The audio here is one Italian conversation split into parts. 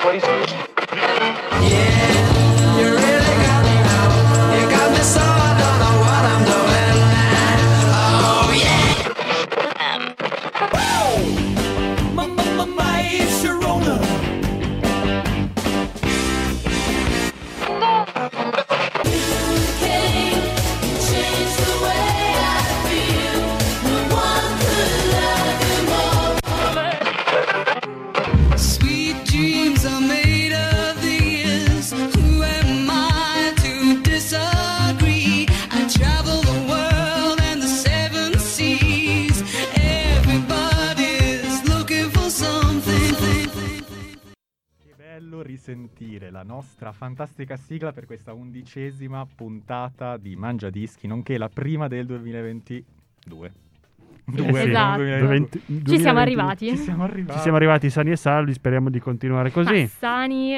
Risentire la nostra fantastica sigla per questa 11ª puntata di Mangiadischi, nonché la prima del 2022. Esatto. Ci siamo arrivati. Ci siamo arrivati sani e salvi, speriamo di continuare così. Ma sani,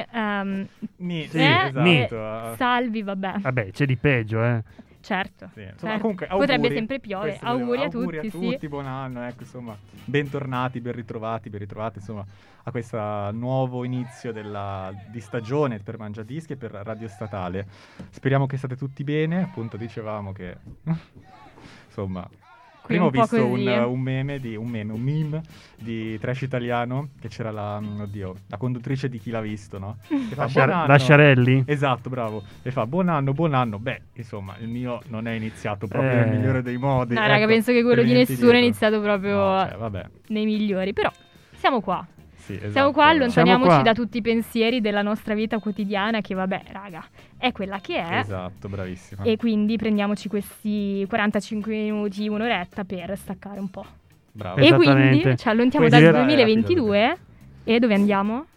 esatto. salvi, vabbè. C'è di peggio, Certo, sì. Insomma, certo. comunque, potrebbe sempre piovere. Auguri a tutti, sì. Buon anno, ecco, insomma, bentornati, ben ritrovati, insomma, a questo nuovo inizio di stagione per Mangiadischi e per Radio Statale. Speriamo che state tutti bene, appunto dicevamo che insomma, prima ho visto un meme di Trash Italiano, che c'era la conduttrice di Chi l'ha visto, no? Che fa, la Sciarelli? Esatto, bravo. E fa buon anno. Beh, insomma, il mio non è iniziato proprio nel migliore dei modi. No, raga, penso che quello di nessuno è iniziato proprio nei migliori. Però siamo qua. Sì, esatto. Siamo qua, allontaniamoci da tutti i pensieri della nostra vita quotidiana, che raga, è quella che è. Esatto, bravissima. E quindi prendiamoci questi 45 minuti, un'oretta per staccare un po'. Bravo. E quindi ci allontaniamo dal 2022 e dove andiamo?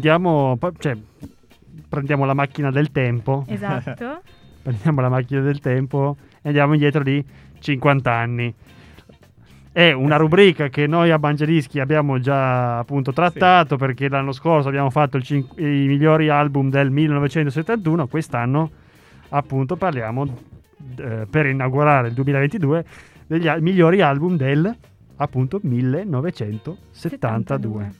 Prendiamo la macchina del tempo. Esatto. Prendiamo la macchina del tempo e andiamo indietro di 50 anni. È una rubrica che noi a Mangiadischi abbiamo già appunto trattato, perché l'anno scorso abbiamo fatto i migliori album del 1971. Quest'anno appunto parliamo per inaugurare il 2022 degli migliori album del appunto 1972.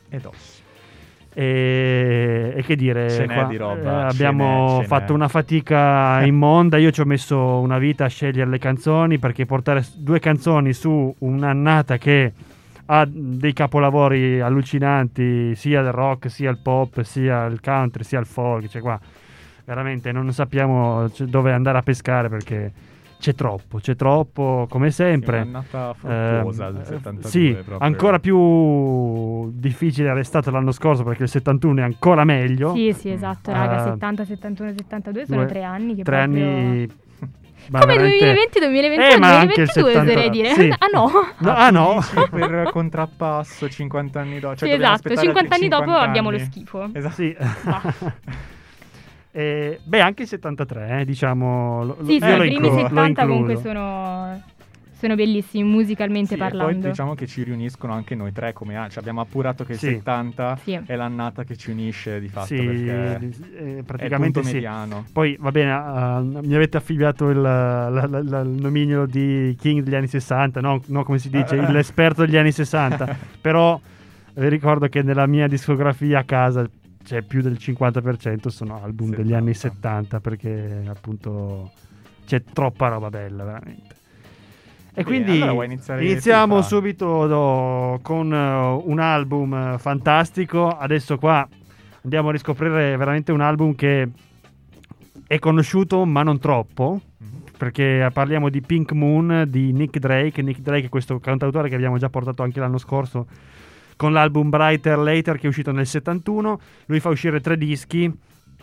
E che dire, ce n'è di roba, abbiamo fatto una fatica immonda. Io ci ho messo una vita a scegliere le canzoni, perché portare 2 canzoni su un'annata che ha dei capolavori allucinanti, sia del rock, sia il pop, sia il country, sia il folk, cioè qua veramente non sappiamo dove andare a pescare, perché c'è troppo come sempre. Sì, un'annata fruttuosa il 72. Sì, proprio. Ancora più difficile è stato l'anno scorso, perché il 71 è ancora meglio. Sì, esatto, raga, 70, 71, 72 sono 3 anni che 3 anni. Come 2020, 2021, ma anche 2022 oserei dire. Sì. No. Per contrappasso 50 anni dopo. Sì, esatto, 50 anni dopo abbiamo lo schifo. Esatto. Sì. Anche il 73, diciamo. Sì, i primi 70 comunque sono bellissimi musicalmente parlando. E poi diciamo che ci riuniscono anche noi tre come abbiamo appurato che il 70 è l'annata che ci unisce di fatto, perché praticamente è il punto mediano. Poi va bene, mi avete affibbiato il nomignolo di King degli anni 60, no come si dice, l'esperto degli anni 60. Però vi ricordo che nella mia discografia a casa c'è più del 50% sono album degli anni 70, perché appunto c'è troppa roba bella veramente. E quindi allora iniziamo subito con un album fantastico. Adesso qua andiamo a riscoprire veramente un album che è conosciuto ma non troppo, perché parliamo di Pink Moon di Nick Drake. Nick Drake è questo cantautore che abbiamo già portato anche l'anno scorso con l'album Brighter Later, che è uscito nel 71. Lui fa uscire 3 dischi,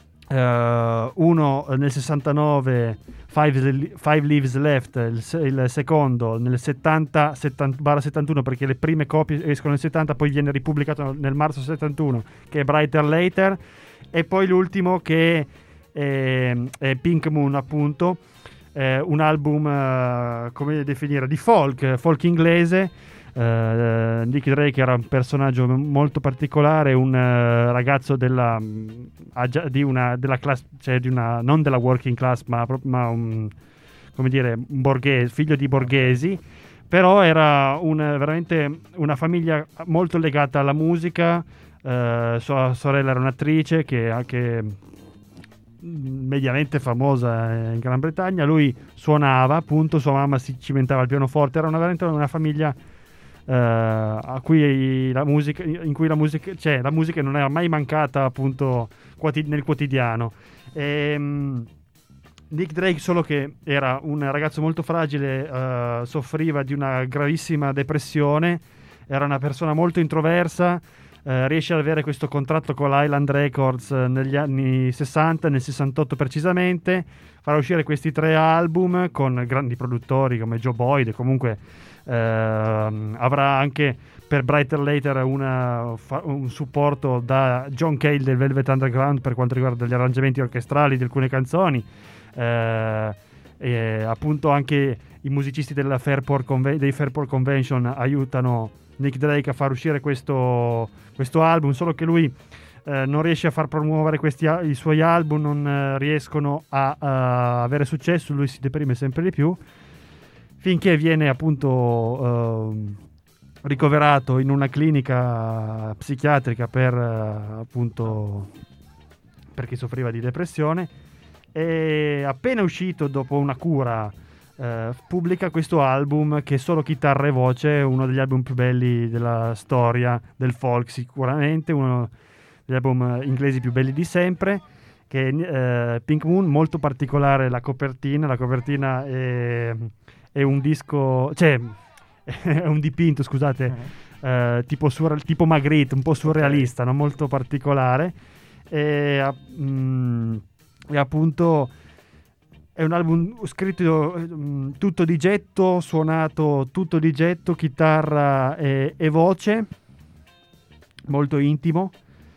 uno nel 69, Five Leaves Left, il secondo nel 70-71, perché le prime copie escono nel 70, poi viene ripubblicato nel marzo 71, che è Brighter Later, e poi l'ultimo che è Pink Moon, appunto, un album come definire, di folk inglese. Nick Drake era un personaggio molto particolare, un ragazzo della classe, cioè non della working class, ma un borghese, figlio di borghesi, però era veramente una famiglia molto legata alla musica, Sua sorella era un'attrice che anche mediamente famosa in Gran Bretagna. Lui suonava, appunto, sua mamma si cimentava al pianoforte. Era veramente una famiglia a cui la musica, in cui la musica non era mai mancata, appunto, nel quotidiano. Nick Drake, solo che era un ragazzo molto fragile, soffriva di una gravissima depressione, era una persona molto introversa. Riesce ad avere questo contratto con l'Island Records negli anni 60, nel 68 precisamente, farà uscire questi 3 album con grandi produttori come Joe Boyd, e comunque avrà anche per Brighter Later un supporto da John Cale del Velvet Underground per quanto riguarda gli arrangiamenti orchestrali di alcune canzoni, e appunto anche i musicisti dei Fairport Convention aiutano Nick Drake a far uscire questo album, solo che lui non riesce a far promuovere i suoi album, non riescono a avere successo, lui si deprime sempre di più, finché viene appunto ricoverato in una clinica psichiatrica perché soffriva di depressione, e appena uscito dopo una cura pubblica questo album che è solo chitarra e voce, uno degli album più belli della storia del folk, sicuramente uno degli album inglesi più belli di sempre, che è Pink Moon. Molto particolare la copertina è un disco, cioè è un dipinto, scusate, tipo Magritte, un po' surrealista, no? Molto particolare, e appunto è un album scritto tutto di getto, suonato tutto di getto, chitarra e voce, molto intimo.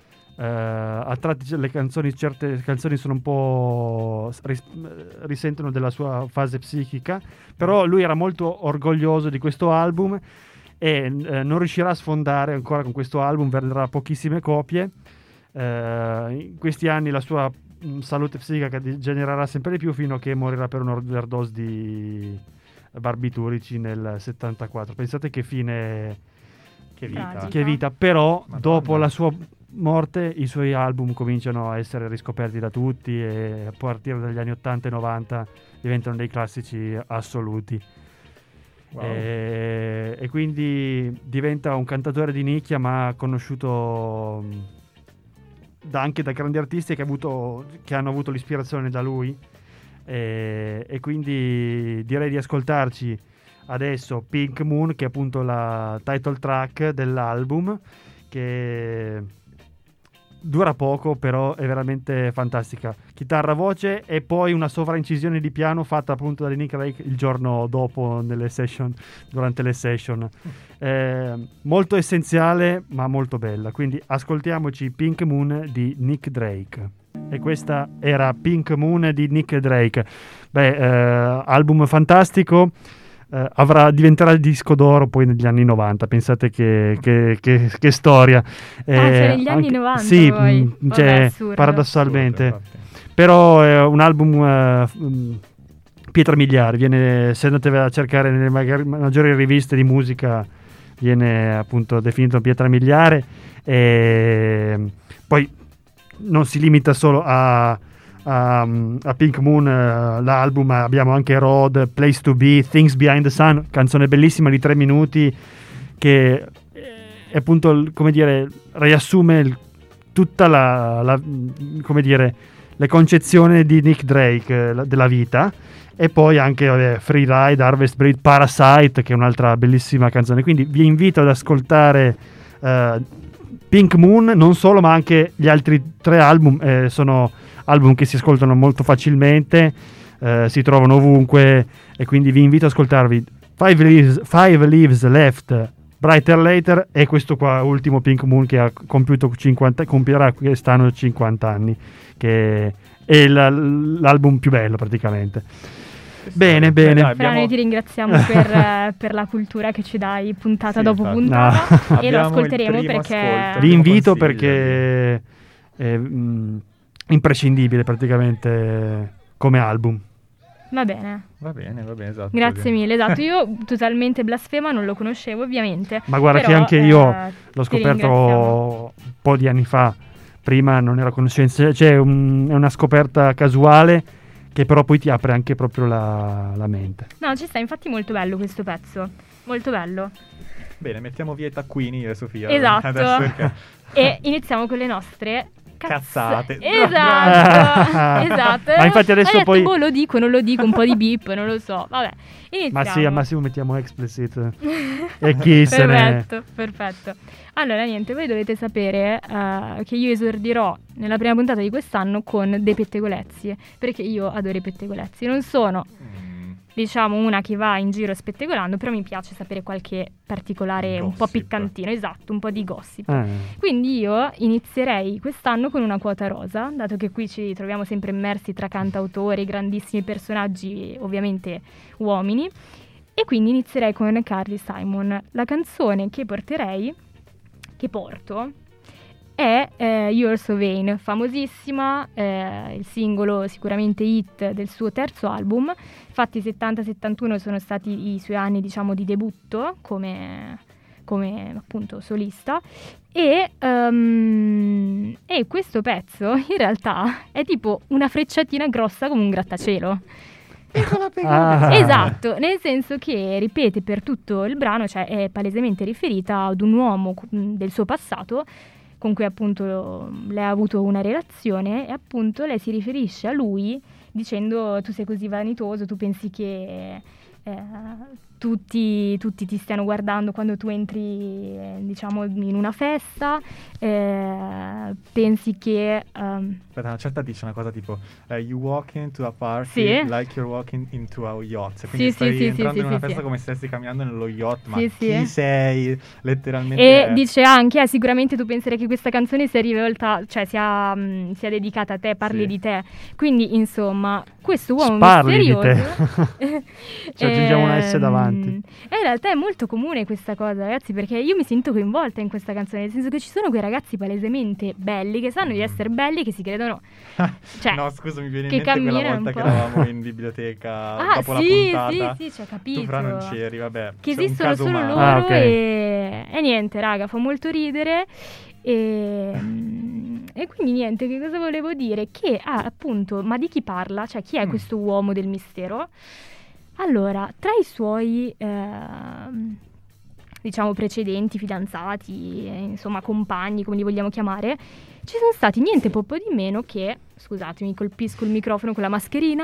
A tratti certe canzoni sono un po' risentono della sua fase psichica, però lui era molto orgoglioso di questo album e non riuscirà a sfondare ancora con questo album, venderà pochissime copie. In questi anni la sua salute psichica degenererà sempre di più fino a che morirà per un'overdose di barbiturici nel 74. Pensate che fine, che vita. Però Madonna, dopo la sua morte i suoi album cominciano a essere riscoperti da tutti e a partire dagli anni 80 e 90 diventano dei classici assoluti. Wow. E quindi diventa un cantatore di nicchia, ma conosciuto anche da grandi artisti che hanno avuto l'ispirazione da lui, e quindi direi di ascoltarci adesso Pink Moon, che è appunto la title track dell'album, che dura poco però è veramente fantastica, chitarra, voce e poi una sovraincisione di piano fatta appunto da Nick Drake il giorno dopo durante le session, molto essenziale ma molto bella. Quindi ascoltiamoci Pink Moon di Nick Drake. E questa era Pink Moon di Nick Drake. Album fantastico. Diventerà il disco d'oro poi negli anni 90. Pensate che storia. Cioè negli anni 90 sì, poi. paradossalmente. Assurdo. Però è un album pietra miliare. Se andate a cercare nelle maggiori riviste di musica, viene appunto definito pietra miliare. E poi non si limita solo a Pink Moon, l'album. Abbiamo anche Road, Place to Be, Things Behind the Sun, canzone bellissima di 3 minuti che è appunto, come dire, riassume tutta come dire, le concezioni di Nick Drake della vita. E poi anche Free Ride, Harvest Breed, Parasite, che è un'altra bellissima canzone. Quindi vi invito ad ascoltare Pink Moon, non solo, ma anche gli altri 3 album. Sono album che si ascoltano molto facilmente, si trovano ovunque, e quindi vi invito ad ascoltarvi Five Leaves Left, Brighter Later e questo qua ultimo Pink Moon, che compierà quest'anno 50 anni, che è l'album più bello praticamente. Bene. Noi ti ringraziamo per la cultura che ci dai puntata dopo puntata, e lo ascolteremo perché vi invito, perché è imprescindibile praticamente come album. Va bene. Va bene, esatto. Grazie mille, esatto. Io totalmente blasfema, non lo conoscevo ovviamente. Ma guarda però, che anche io l'ho ti scoperto ringraziamo. un po' di anni fa. Prima non ero a conoscenza, cioè è una scoperta casuale che però poi ti apre anche proprio la mente. No, ci sta, infatti molto bello questo pezzo, molto bello. Bene, mettiamo via i taccuini io e Sofia. Esatto. Adesso E iniziamo con le nostre cazzate. Esatto. Ma infatti adesso detto, poi lo dico, non lo dico, un po' di beep, non lo so. Vabbè, iniziamo. Ma sì, al massimo mettiamo explicit. E chi se ne... Perfetto. Allora, niente, voi dovete sapere che io esordirò nella prima puntata di quest'anno con dei pettegolezzi, perché io adoro i pettegolezzi. Non sono, diciamo, una che va in giro spettegolando, però mi piace sapere qualche particolare Gossip. un po' piccantino, esatto, un po' di gossip. Quindi io inizierei quest'anno con una quota rosa, dato che qui ci troviamo sempre immersi tra cantautori, grandissimi personaggi, ovviamente uomini, e quindi inizierei con Carly Simon. La canzone che porto è You're So Vain, famosissima, il singolo sicuramente hit del suo terzo album. Infatti 70-71 sono stati i suoi anni, diciamo, di debutto come appunto solista, e questo pezzo in realtà è tipo una frecciatina grossa come un grattacielo. Esatto, nel senso che ripete per tutto il brano, cioè è palesemente riferita ad un uomo del suo passato con cui appunto lei ha avuto una relazione, e appunto lei si riferisce a lui dicendo: tu sei così vanitoso, tu pensi che tutti ti stiano guardando quando tu entri diciamo in una festa, pensi che Aspetta, una certa dice una cosa tipo you walk into a party sì? like you're walking into a yacht, quindi Sì, stai entrando in una sì, festa sì. come se stessi camminando nello yacht, ma Sì, chi sì. sei letteralmente? E dice anche, sicuramente tu penserai che questa canzone sia rivolta, cioè sia dedicata a te, parli Sì. di te. Quindi, insomma, questo uomo Sparli di misterioso... Ci aggiungiamo una S davanti. E in realtà è molto comune questa cosa, ragazzi, perché io mi sento coinvolta in questa canzone, nel senso che ci sono quei ragazzi palesemente belli, che sanno di essere belli, che si credono... Cioè, no, scusa, mi viene in che mente quella camminano volta un che po'. eravamo in biblioteca dopo la sì, puntata. sì, ci ho capito. Tu fra non c'eri, vabbè. Che c'è un esistono caso solo umano. loro ok. e niente, raga, fa molto ridere. E quindi niente, che cosa volevo dire? Che appunto, ma di chi parla? Cioè, chi è questo uomo del mistero? Allora, tra i suoi diciamo precedenti fidanzati, insomma compagni, come li vogliamo chiamare, ci sono stati niente poco di meno che, scusatemi, colpisco il microfono con la mascherina,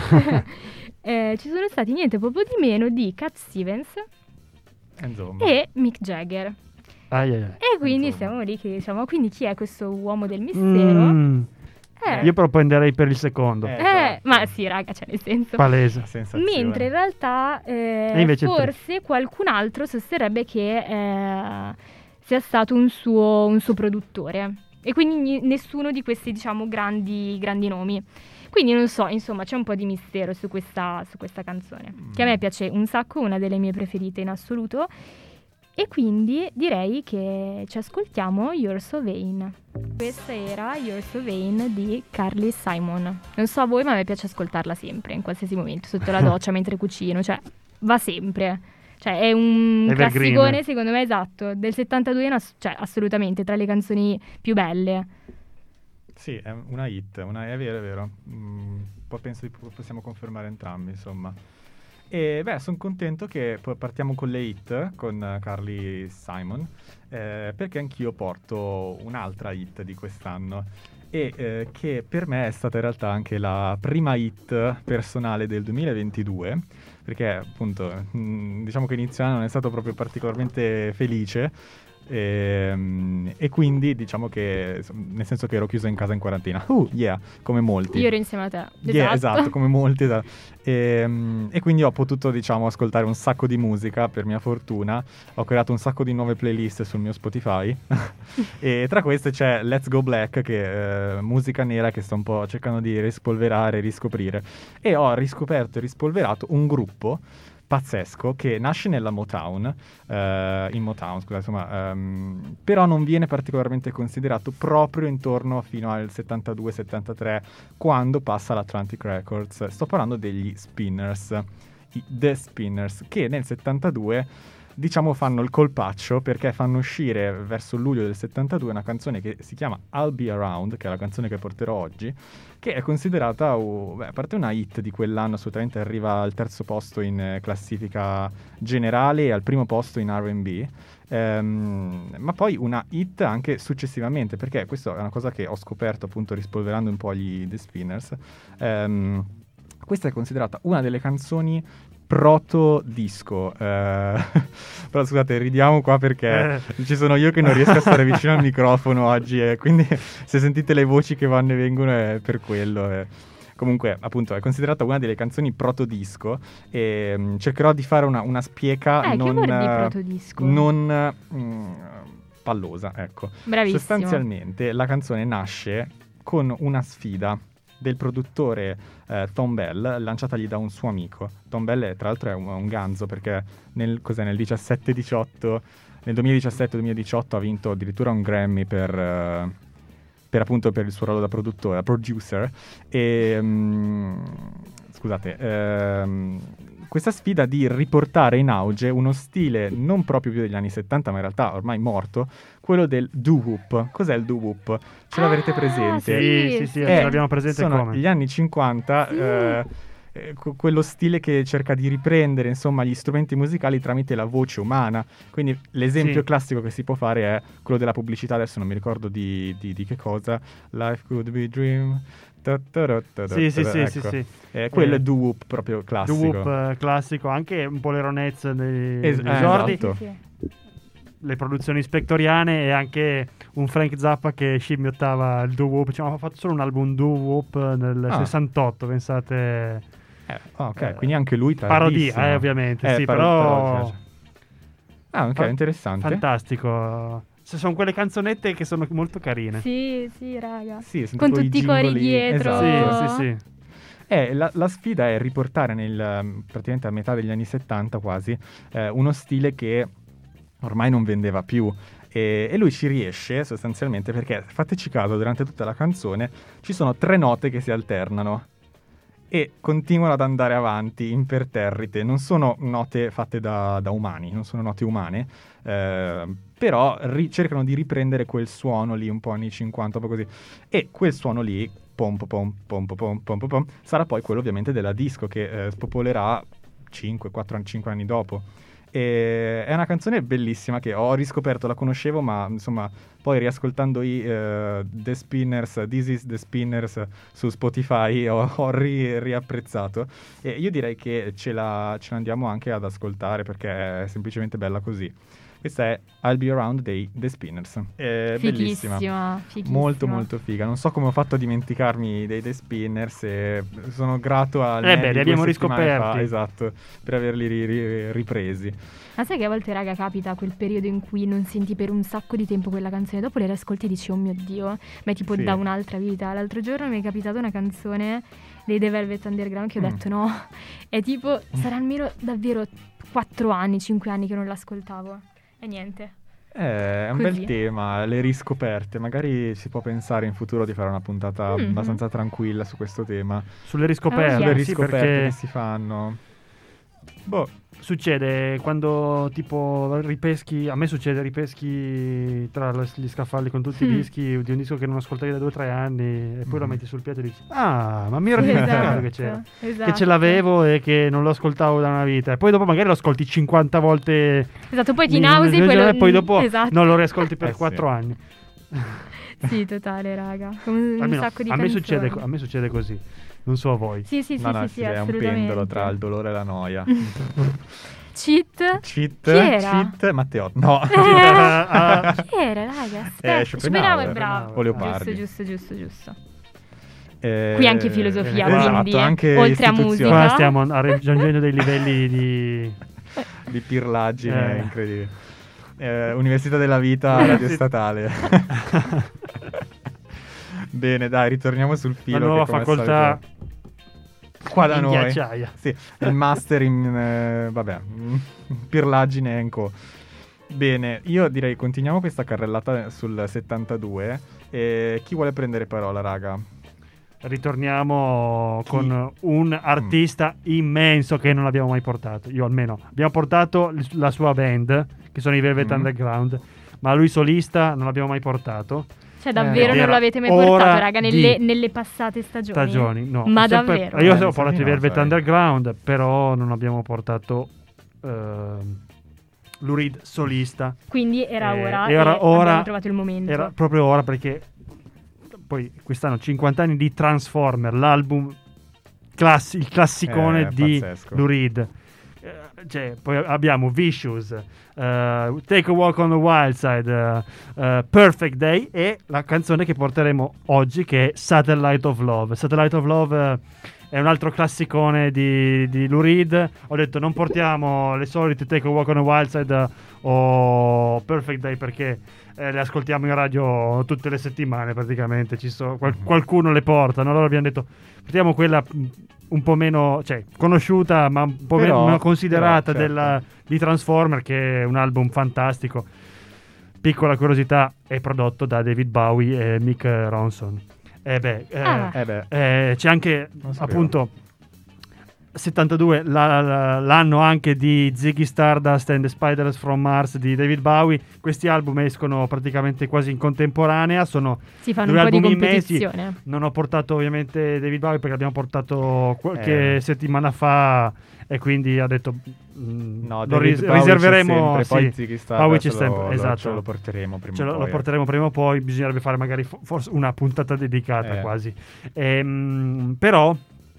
ci sono stati niente poco di meno di Cat Stevens Insomma. e Mick Jagger. E quindi Insomma. siamo lì che diciamo, quindi chi è questo uomo del mistero? Io però prenderei per il secondo. Esatto. Ma sì, raga, cioè nel senso... Palese. Sensazione. Mentre in realtà invece il forse qualcun altro sosterrebbe che sia stato un suo produttore, e quindi nessuno di questi, diciamo, grandi nomi. Quindi non so, insomma, c'è un po' di mistero su questa canzone, che a me piace un sacco, una delle mie preferite in assoluto. E quindi direi che ci ascoltiamo You're So Vain. Questa era You're So Vain di Carly Simon. Non so a voi, ma a me piace ascoltarla sempre, in qualsiasi momento, sotto la doccia, mentre cucino, cioè va sempre. Cioè è un Evergreen. classicone, secondo me, esatto, del 72, cioè assolutamente tra le canzoni più belle. Sì, è una hit, è vero. Poi penso che possiamo confermare entrambi, insomma. E beh, sono contento che partiamo con le hit, con Carly Simon, perché anch'io porto un'altra hit di quest'anno, e che per me è stata in realtà anche la prima hit personale del 2022, perché appunto diciamo che inizio anno non è stato proprio particolarmente felice, e quindi diciamo che, nel senso che ero chiuso in casa in quarantena, come molti. Io ero insieme a te. Yeah, esatto, come molti. Esatto. E quindi ho potuto, diciamo, ascoltare un sacco di musica, per mia fortuna. Ho creato un sacco di nuove playlist sul mio Spotify. E tra queste c'è Let's Go Black, che è musica nera che sto un po' cercando di rispolverare, riscoprire. E ho riscoperto e rispolverato un gruppo pazzesco che nasce nella Motown, in Motown, scusa, insomma, però non viene particolarmente considerato proprio intorno fino al 72-73, quando passa all'Atlantic Records. Sto parlando degli Spinners, i The Spinners, che nel 72 diciamo fanno il colpaccio, perché fanno uscire verso luglio del 72 una canzone che si chiama I'll Be Around, che è la canzone che porterò oggi, che è considerata, a parte una hit di quell'anno, assolutamente arriva al terzo posto in classifica generale e al primo posto in R&B, ma poi una hit anche successivamente, perché questa è una cosa che ho scoperto appunto rispolverando un po' gli The Spinners. Questa è considerata una delle canzoni proto disco, però scusate, ridiamo qua perché ci sono io che non riesco a stare vicino al microfono oggi, e quindi se sentite le voci che vanno e vengono è per quello. Comunque appunto è considerata una delle canzoni proto disco, e cercherò di fare una spieca che vuol dire proto disco? Non pallosa, ecco. Bravissimo. Sostanzialmente la canzone nasce con una sfida del produttore Tom Bell, lanciatagli da un suo amico. Tom Bell tra l'altro è un ganzo, perché nel 2017-2018 ha vinto addirittura un Grammy per appunto per il suo ruolo da produttore, producer, e questa sfida di riportare in auge uno stile non proprio più degli anni 70, ma in realtà ormai morto, quello del doo-wop. Cos'è il doo-wop? Ce l'avrete presente? Sì, l'abbiamo presente sono come? Gli anni 50, quello stile che cerca di riprendere insomma gli strumenti musicali tramite la voce umana. Quindi l'esempio classico che si può fare è quello della pubblicità, adesso non mi ricordo di che cosa, Life Could Be Dream. Sì. Quello è doo-wop proprio classico. Doo-wop classico, anche un po' l'eronezza negli esordi. Esatto. Sì. Le produzioni spectoriane, e anche un Frank Zappa che scimmiottava il doo-wop. Ha fatto solo un album doo-wop nel 68, pensate. Ok, quindi anche lui parodia, ovviamente, sì, però ok, interessante. Fantastico. Sono quelle canzonette che sono molto carine. Sì, raga. Sì, con tutti i cori dietro. Esatto. Sì. La sfida è riportare praticamente a metà degli anni 70 quasi, uno stile che ormai non vendeva più, e lui ci riesce sostanzialmente perché, fateci caso, durante tutta la canzone ci sono 3 note che si alternano e continuano ad andare avanti imperterrite. Non sono note fatte da umani, non sono note umane, però cercano di riprendere quel suono lì un po' anni 50, un po' così, e quel suono lì pom pom pom pom pom pom sarà poi quello ovviamente della disco, che spopolerà 5 anni dopo. E è una canzone bellissima che ho riscoperto, la conoscevo, ma insomma poi riascoltando i The Spinners, This is The Spinners su Spotify ho riapprezzato, e io direi che ce la andiamo anche ad ascoltare, perché è semplicemente bella così. Questa è I'll Be Around dei The Spinners. È bellissima. Molto molto figa. Non so come ho fatto a dimenticarmi dei The Spinners, e sono grato al li abbiamo riscoperti. Esatto, per averli ripresi. Ma sai che a volte, raga, capita quel periodo in cui non senti per un sacco di tempo quella canzone, dopo le riascolti e dici oh mio Dio, ma è tipo da un'altra vita. L'altro giorno mi è capitata una canzone dei The Velvet Underground che ho detto no, è tipo, sarà almeno davvero 4 anni, 5 anni che non l'ascoltavo. E niente. È un bel tema, le riscoperte. Magari si può pensare in futuro di fare una puntata abbastanza tranquilla su questo tema. Sulle riscoperte. Sulle riscoperte perché che si fanno. Succede quando tipo ripeschi, a me succede, ripeschi tra gli scaffali con tutti i dischi di un disco che non ascoltavi da 2 o 3 anni, e poi lo metti sul piatto e dici ma mi ero dimenticato che c'era, che ce l'avevo e che non lo ascoltavo da una vita, e poi dopo magari lo ascolti 50 volte. Esatto, poi ti nausi e poi dopo non lo riascolti per 4 anni. Sì, totale, raga. Un sacco di canzoni. A me succede così. Non so a voi. Sì, è un pendolo tra il dolore e la noia. Cheat? Chi era? Cheat? Matteo. No. Chi era, raga? Schopenhauer. Bravo. O Leopardi. Giusto. Qui anche filosofia, quindi anche oltre a musica. Qua stiamo raggiungendo dei livelli di pirlaggine incredibili. Università della Vita, Radio Statale. Bene, dai, ritorniamo sul filo. La nuova facoltà. qua da in noi. ghiacciaia. Sì, il master in pirlaggine Enco. Bene, io direi continuiamo questa carrellata sul 72. Chi vuole prendere parola, raga? Ritorniamo con un artista immenso che non abbiamo mai portato. Io almeno. Abbiamo portato la sua band, che sono i Velvet Underground, ma lui solista non l'abbiamo mai portato. Cioè davvero non Era l'avete mai ora portato, raga, di nelle passate stagioni? No. Ma Sempre- davvero? Io ho mi sa portato di i no, Velvet sai. Underground, però non abbiamo portato Lou Reed solista. Quindi era ora, era e ora- abbiamo trovato il momento. Era proprio ora, perché poi quest'anno 50 anni di Transformer, l'album il classicone di pazzesco. Lou Reed. Cioè, poi abbiamo Vicious, Take a Walk on the Wild Side, Perfect Day e la canzone che porteremo oggi, che è Satellite of Love. Satellite of Love è un altro classicone di Lou Reed. Ho detto non portiamo le solite Take a Walk on the Wild Side o Perfect Day, perché le ascoltiamo in radio tutte le settimane praticamente. Qualcuno le porta, no? Allora abbiamo detto portiamo quella un po' meno, cioè, conosciuta ma un po' meno considerata certo. di Transformer, che è un album fantastico. Piccola curiosità, è prodotto da David Bowie e Mick Ronson. C'è anche appunto 72 l'anno anche di Ziggy Stardust and the Spiders from Mars di David Bowie. Questi album escono praticamente quasi in contemporanea, sono Si fanno due un po' di album immensi. competizione. Non ho portato ovviamente David Bowie perché l'abbiamo portato qualche settimana fa, e quindi ha detto no, lo David Bowie riserveremo. c'è sempre, poi Sì, Ziggy Bowie c'è Stardust sempre, esatto. ce lo porteremo prima o Lo poi. porteremo prima o poi. Bisognerebbe fare magari forse una puntata dedicata quasi. Però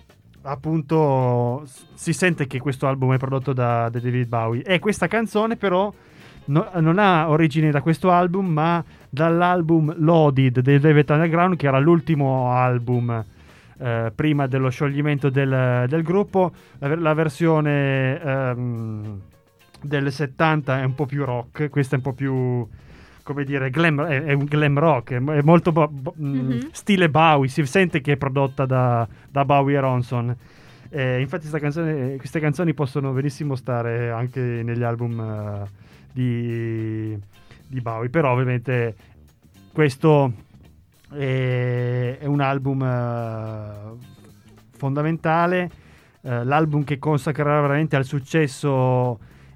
appunto si sente che questo album è prodotto da David Bowie, e questa canzone però non ha origine da questo album, ma dall'album Loaded dei Velvet Underground, che era l'ultimo album prima dello scioglimento del gruppo. La versione del 70 è un po' più rock, questa è un po' più, come dire, è un glam rock, è molto stile Bowie. Si sente che è prodotta da Bowie e Ronson. Infatti queste canzoni possono benissimo stare anche negli album di Bowie, però ovviamente questo è un album fondamentale, l'album che consacrerà veramente al successo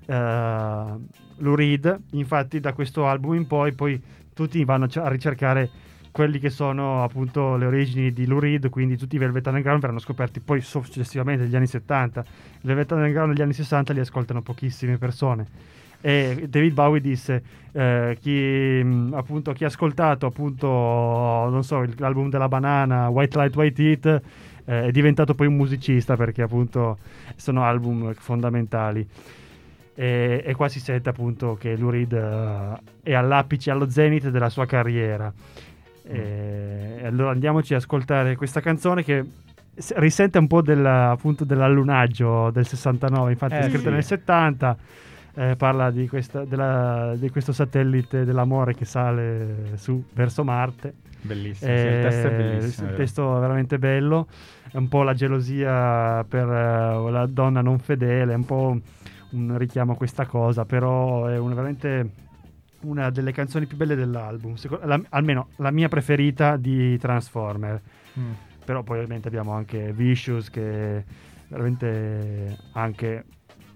Lou Reed. Infatti da questo album in poi tutti vanno a ricercare quelli che sono appunto le origini di Lou Reed, quindi tutti i Velvet Underground verranno scoperti poi successivamente negli anni 70. I Velvet Underground negli anni 60 li ascoltano pochissime persone, e David Bowie disse chi ha ascoltato appunto, non so, l'album della banana, White Light White Heat, è diventato poi un musicista, perché appunto sono album fondamentali. E qua si sente appunto che Lou Reed è all'apice, allo zenith della sua carriera. E allora andiamoci ad ascoltare questa canzone che risente un po' appunto dell'allunaggio del 69, infatti è scritta nel 70. Parla di questo satellite dell'amore che sale su verso Marte. Bellissimo, sì, il testo è bellissimo. Il testo è veramente bello, è un po' la gelosia per la donna non fedele, è un po' un richiamo a questa cosa, però è veramente una delle canzoni più belle dell'album, almeno la mia preferita di Transformer. Però poi ovviamente abbiamo anche Vicious, che veramente anche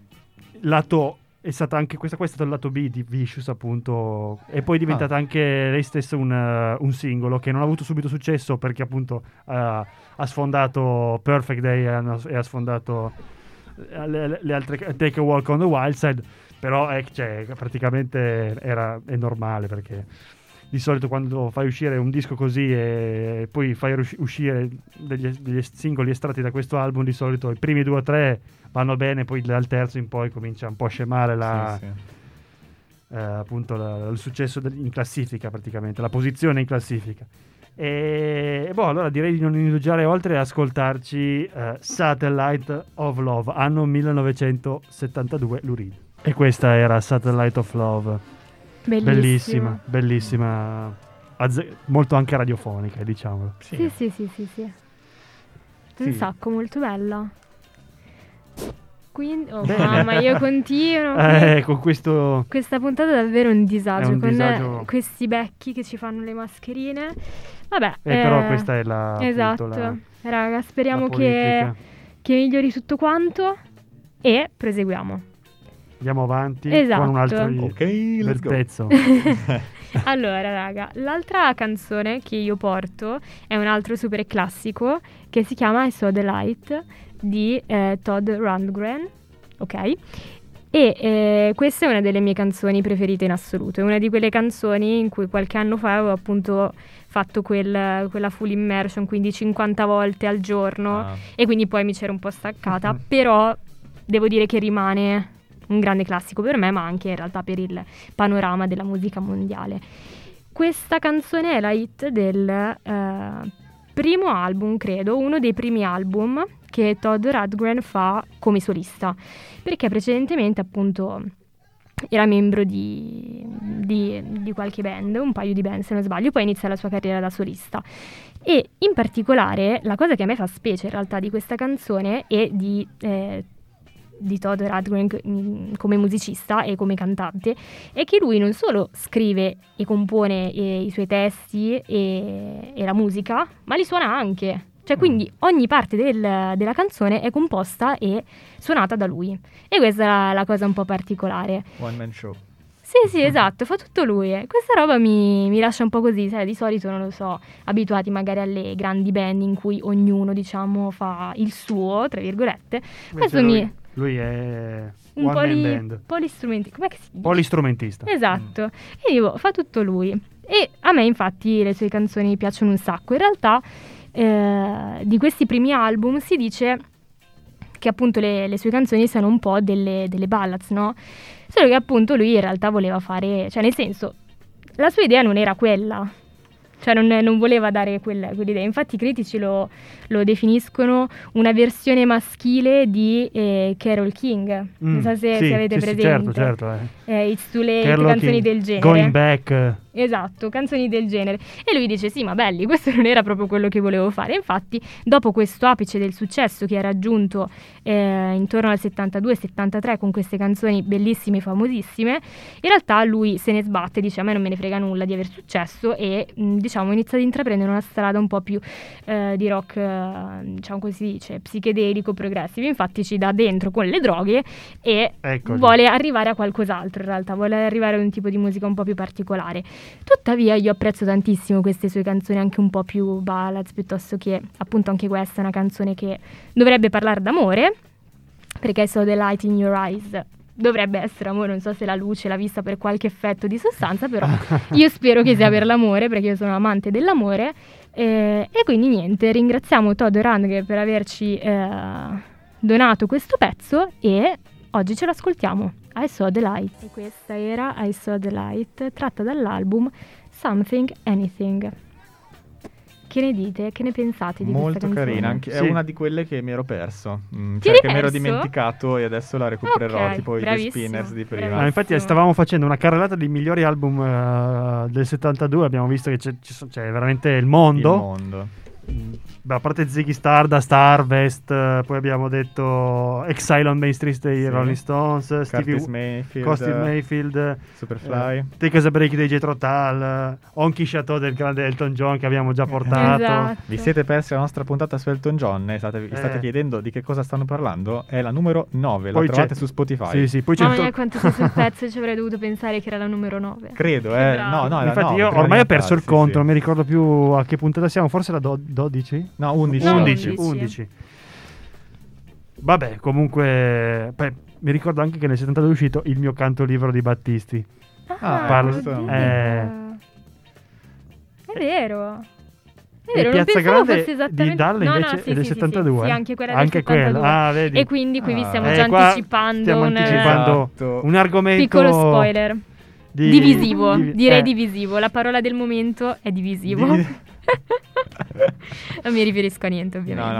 lato è stata anche questo è stato il lato B di Vicious, appunto, e poi è diventata anche lei stessa un singolo che non ha avuto subito successo, perché appunto ha sfondato Perfect Day e ha sfondato le altre, Take a Walk on the Wild Side. Però praticamente è normale, perché di solito quando fai uscire un disco così e poi fai uscire degli singoli estratti da questo album, di solito i primi 2 o 3 vanno bene, poi dal terzo in poi comincia un po' a scemare appunto il successo in classifica, praticamente la posizione in classifica. E allora direi di non indugiare oltre e ascoltarci Satellite of Love, anno 1972, Lou Reed. E questa era Satellite of Love. Bellissima, molto anche radiofonica, diciamolo. Sì. Un Sì. sacco, molto bella. Quindi, oh Bene. mamma, io continuo. Con questo... Questa puntata è davvero un disagio, È un con disagio. questi becchi che ci fanno le mascherine. Vabbè, però questa è la... appunto, esatto. la Raga, speriamo politica. che migliori tutto quanto e proseguiamo. Andiamo avanti Esatto. con un altro Ok, bel let's go. pezzo. Allora, raga, l'altra canzone che io porto è un altro super classico che si chiama I Saw the Light di Todd Rundgren, ok? E questa è una delle mie canzoni preferite in assoluto. È una di quelle canzoni in cui qualche anno fa avevo appunto fatto quella full immersion, quindi 50 volte al giorno, Ah. e quindi poi mi c'ero un po' staccata, però devo dire che rimane un grande classico per me, ma anche in realtà per il panorama della musica mondiale. Questa canzone è la hit del primo album, credo, uno dei primi album che Todd Rundgren fa come solista, perché precedentemente appunto era membro di qualche band, un paio di band se non sbaglio, poi inizia la sua carriera da solista. E in particolare la cosa che a me fa specie in realtà di questa canzone e di Todd Rundgren come musicista e come cantante è che lui non solo scrive e compone i suoi testi e la musica, ma li suona anche. Cioè, quindi ogni parte della canzone è composta e suonata da lui. E questa è la cosa un po' particolare. One man show. Sì, esatto, fa tutto lui. Questa roba mi lascia un po' così, sai, di solito, non lo so, abituati magari alle grandi band in cui ognuno, diciamo, fa il suo, tra virgolette. Questo lui è un one man band. polistrumenti, com'è che si dice? Polistrumentista. Esatto. E dico, fa tutto lui. E a me infatti le sue canzoni piacciono un sacco. In realtà di questi primi album si dice che appunto le sue canzoni siano un po' delle ballads, no? Solo che appunto lui in realtà voleva fare, cioè nel senso, la sua idea non era quella. Cioè non voleva dare quell'idea. Infatti i critici lo definiscono una versione maschile di Carole King. Non so se avete presente. Certo. It's Too Late, Carole canzoni King, del genere. Going Back. Esatto, canzoni del genere. E lui dice sì, ma belli, questo non era proprio quello che volevo fare. Infatti, dopo questo apice del successo che ha raggiunto intorno al 72-73 con queste canzoni bellissime e famosissime, in realtà lui se ne sbatte, dice a me non me ne frega nulla di aver successo e diciamo inizia ad intraprendere una strada un po' più di rock, diciamo così si dice, psichedelico, progressivo. Infatti ci dà dentro con le droghe e vuole arrivare a qualcos'altro, in realtà vuole arrivare a un tipo di musica un po' più particolare. Tuttavia io apprezzo tantissimo queste sue canzoni anche un po' più ballads, piuttosto che appunto anche questa è una canzone che dovrebbe parlare d'amore, perché I Saw the Light in Your Eyes dovrebbe essere amore, non so se la luce l'ha vista per qualche effetto di sostanza, però io spero che sia per l'amore, perché io sono amante dell'amore, e quindi niente, ringraziamo Todd Rundgren per averci donato questo pezzo e oggi ce l'ascoltiamo. I Saw the Light. E questa era I Saw the Light, tratta dall'album Something Anything. Che ne dite? Che ne pensate di questa canzone? Molto carina, anche, è una di quelle che mi ero perso. Ti Cioè che mi ero perso? dimenticato e adesso la recupererò, Ok, tipo bravissimo, gli Spinners di prima. bravissimo. Infatti stavamo facendo una carrellata dei migliori album del 72, abbiamo visto che c'è veramente il mondo. Il mondo. Beh, a parte Ziggy Stardust, Harvest, poi abbiamo detto Exile on Main Street dei Sì. Rolling Stones, Curtis Mayfield, Curtis Mayfield, Superfly. Take Us a Break dei Jethro Tull, Honky Chateau del grande Elton John che abbiamo già portato. Esatto. Vi siete persi la nostra puntata su Elton John? Vi state chiedendo di che cosa stanno parlando? È la numero 9, Poi la trovate c'è- su Spotify. Sì, poi c'è Mamma mia, quanto sei sul pezzo, ci avrei dovuto pensare che era la numero 9. Credo, Che bravo. no, Infatti io prima ormai di ho perso il sì, conto, sì. non mi ricordo più a che puntata siamo, forse la 12? No, 11. No, 11. 11. 11. Vabbè, comunque mi ricordo anche che nel 72 è uscito Il mio canto libro di Battisti. Parlo- oddio. eh. È vero. È E vero, non Piazza pensavo Grande fosse esattamente... di Dalle no, invece no, sì, è del sì, 72. Sì, anche quella Anche del 72. quella. Vedi. E quindi qui vi stiamo Ah. già Qua anticipando stiamo un anticipando Esatto. un argomento piccolo spoiler. di- Divisivo, di- direi divisivo. La parola del momento è divisivo. Di- Non mi riferisco a niente, ovviamente. No.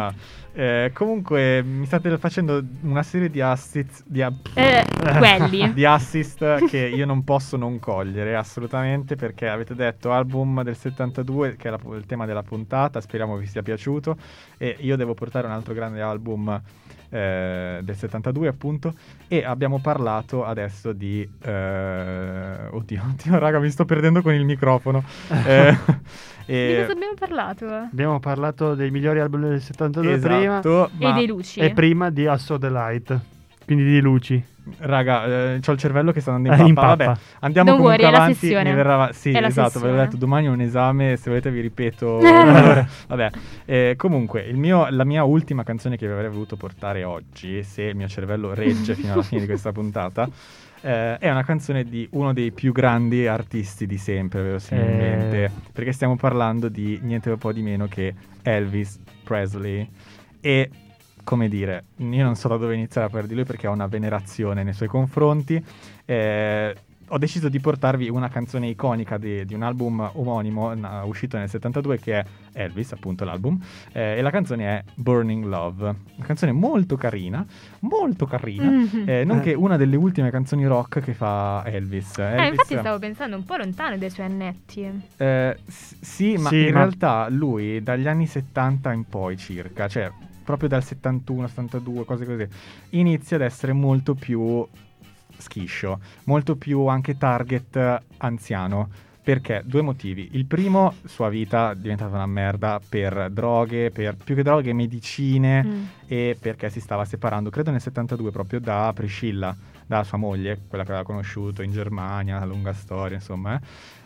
Comunque mi state facendo una serie di assist Quelli. di assist che io non posso non cogliere assolutamente, perché avete detto album del 72, che è il tema della puntata, speriamo vi sia piaciuto, e io devo portare un altro grande album del 72 appunto, e abbiamo parlato adesso di oddio raga, mi sto perdendo con il microfono. Di cosa abbiamo parlato? Abbiamo parlato dei migliori album del 72 esatto, prima E dei Luci. e prima di I Saw the Light, quindi di Luci. Raga, c'ho il cervello che sta andando in pappa. Vabbè, andiamo Don't comunque worry, è la avanti. sessione. Mi verrà... Sì, È la esatto, ve l'ho sessione. detto, domani ho un esame, se volete vi ripeto. Allora, vabbè, comunque, la mia ultima canzone che vi avrei voluto portare oggi, se il mio cervello regge fino alla fine di questa puntata, è una canzone di uno dei più grandi artisti di sempre, verosimilmente, perché stiamo parlando di niente po' di meno che Elvis Presley. E come dire, io non so da dove iniziare a parlare di lui perché ho una venerazione nei suoi confronti. Ho deciso di portarvi una canzone iconica di un album omonimo uscito nel 72, che è Elvis, appunto l'album, e la canzone è Burning Love, una canzone molto carina, nonché una delle ultime canzoni rock che fa Elvis. Infatti stavo pensando un po' lontano dai suoi annetti. Sì, ma in realtà lui dagli anni 70 in poi circa, cioè proprio dal 71, 72, cose così, inizia ad essere molto più schiscio, molto più anche target anziano. Perché? Due motivi. Il primo, sua vita è diventata una merda per droghe, per più che droghe, medicine, e perché si stava separando, credo nel 72, proprio da Priscilla, da sua moglie, quella che aveva conosciuto in Germania, lunga storia, insomma.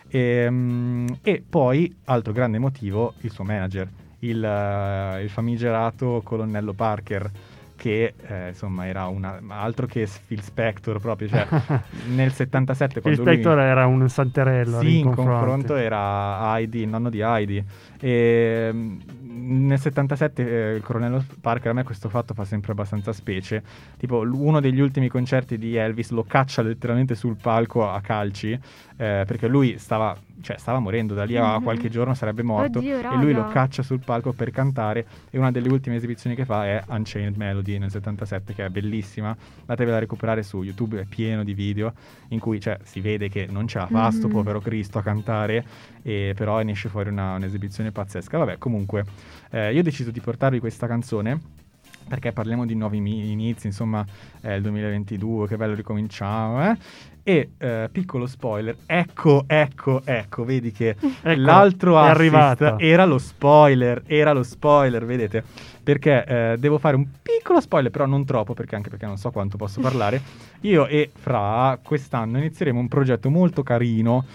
E poi, altro grande motivo, il suo manager, il famigerato colonnello Parker, che insomma era altro che Phil Spector proprio, cioè nel 77 Phil Spector era un santerello. Sì, in confronto era Heidi, il nonno di Heidi. E nel 77 il colonnello Parker, a me questo fatto fa sempre abbastanza specie, tipo uno degli ultimi concerti di Elvis lo caccia letteralmente sul palco a calci, perché lui stava morendo, da lì a qualche giorno sarebbe morto. Oddio, e lui lo caccia sul palco per cantare, e una delle ultime esibizioni che fa è Unchained Melody nel 77, che è bellissima, andatevela a recuperare su YouTube, è pieno di video in cui si vede che non ce la fa sto povero Cristo a cantare, però ne esce fuori un'esibizione pazzesca. Vabbè, comunque io ho deciso di portarvi questa canzone perché parliamo di nuovi inizi, insomma, il 2022, che bello ricominciamo, E piccolo spoiler, ecco, vedi che l'altro assist era lo spoiler, vedete? Perché devo fare un piccolo spoiler, però non troppo, anche perché non so quanto posso parlare. Io e Fra quest'anno inizieremo un progetto molto carino,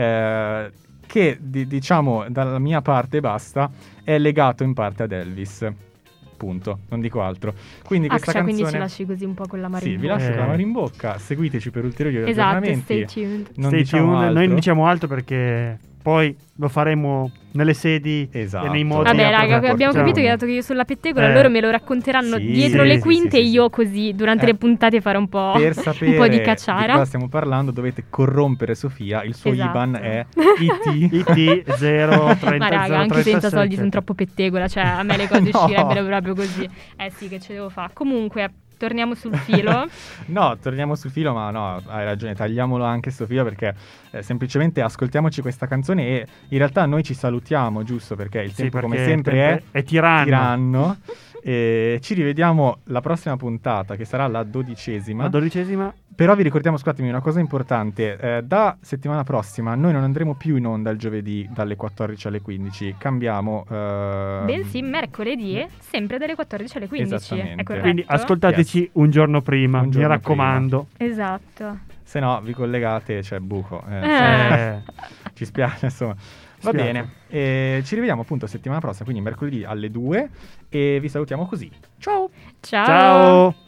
che diciamo dalla mia parte basta, è legato in parte ad Elvis. Punto, non dico altro. Quindi questa canzone, quindi ci lasci così un po' con la mano in bocca. Sì, vi lascio con la mano in bocca. Seguiteci per ulteriori Stay aggiornamenti. tuned. Stay tuned. Noi non diciamo altro perché poi lo faremo nelle sedi e nei modi. Vabbè, raga, abbiamo capito che dato che io sono la pettegola, loro me lo racconteranno dietro le quinte, e io così durante le puntate farò un po', per sapere un po' di cacciara. Di cosa stiamo parlando, dovete corrompere Sofia. Il suo IBAN è IT 030. Ma raga, anche senza soldi sono troppo pettegola, cioè a me le cose uscirebbero proprio così. Sì, che ce devo fare. Comunque, torniamo sul filo. No, torniamo sul filo, ma no, hai ragione, tagliamolo anche sto filo, perché semplicemente ascoltiamoci questa canzone e in realtà noi ci salutiamo, giusto? Perché il tempo come sempre è tiranno. E ci rivediamo la prossima puntata, che sarà la 12ª. La 12ª. Però vi ricordiamo, scusatemi, una cosa importante. Da settimana prossima noi non andremo più in onda il giovedì dalle 14 alle 15. Cambiamo. Bensì mercoledì, sempre dalle 14 alle 15. Esattamente. È corretto? Quindi ascoltateci un giorno prima, mi raccomando. Prima. Esatto. Se no vi collegate, c'è buco. Ci spiace, insomma. Va bene, ci rivediamo appunto settimana prossima, quindi mercoledì alle 2, e vi salutiamo così. Ciao! Ciao!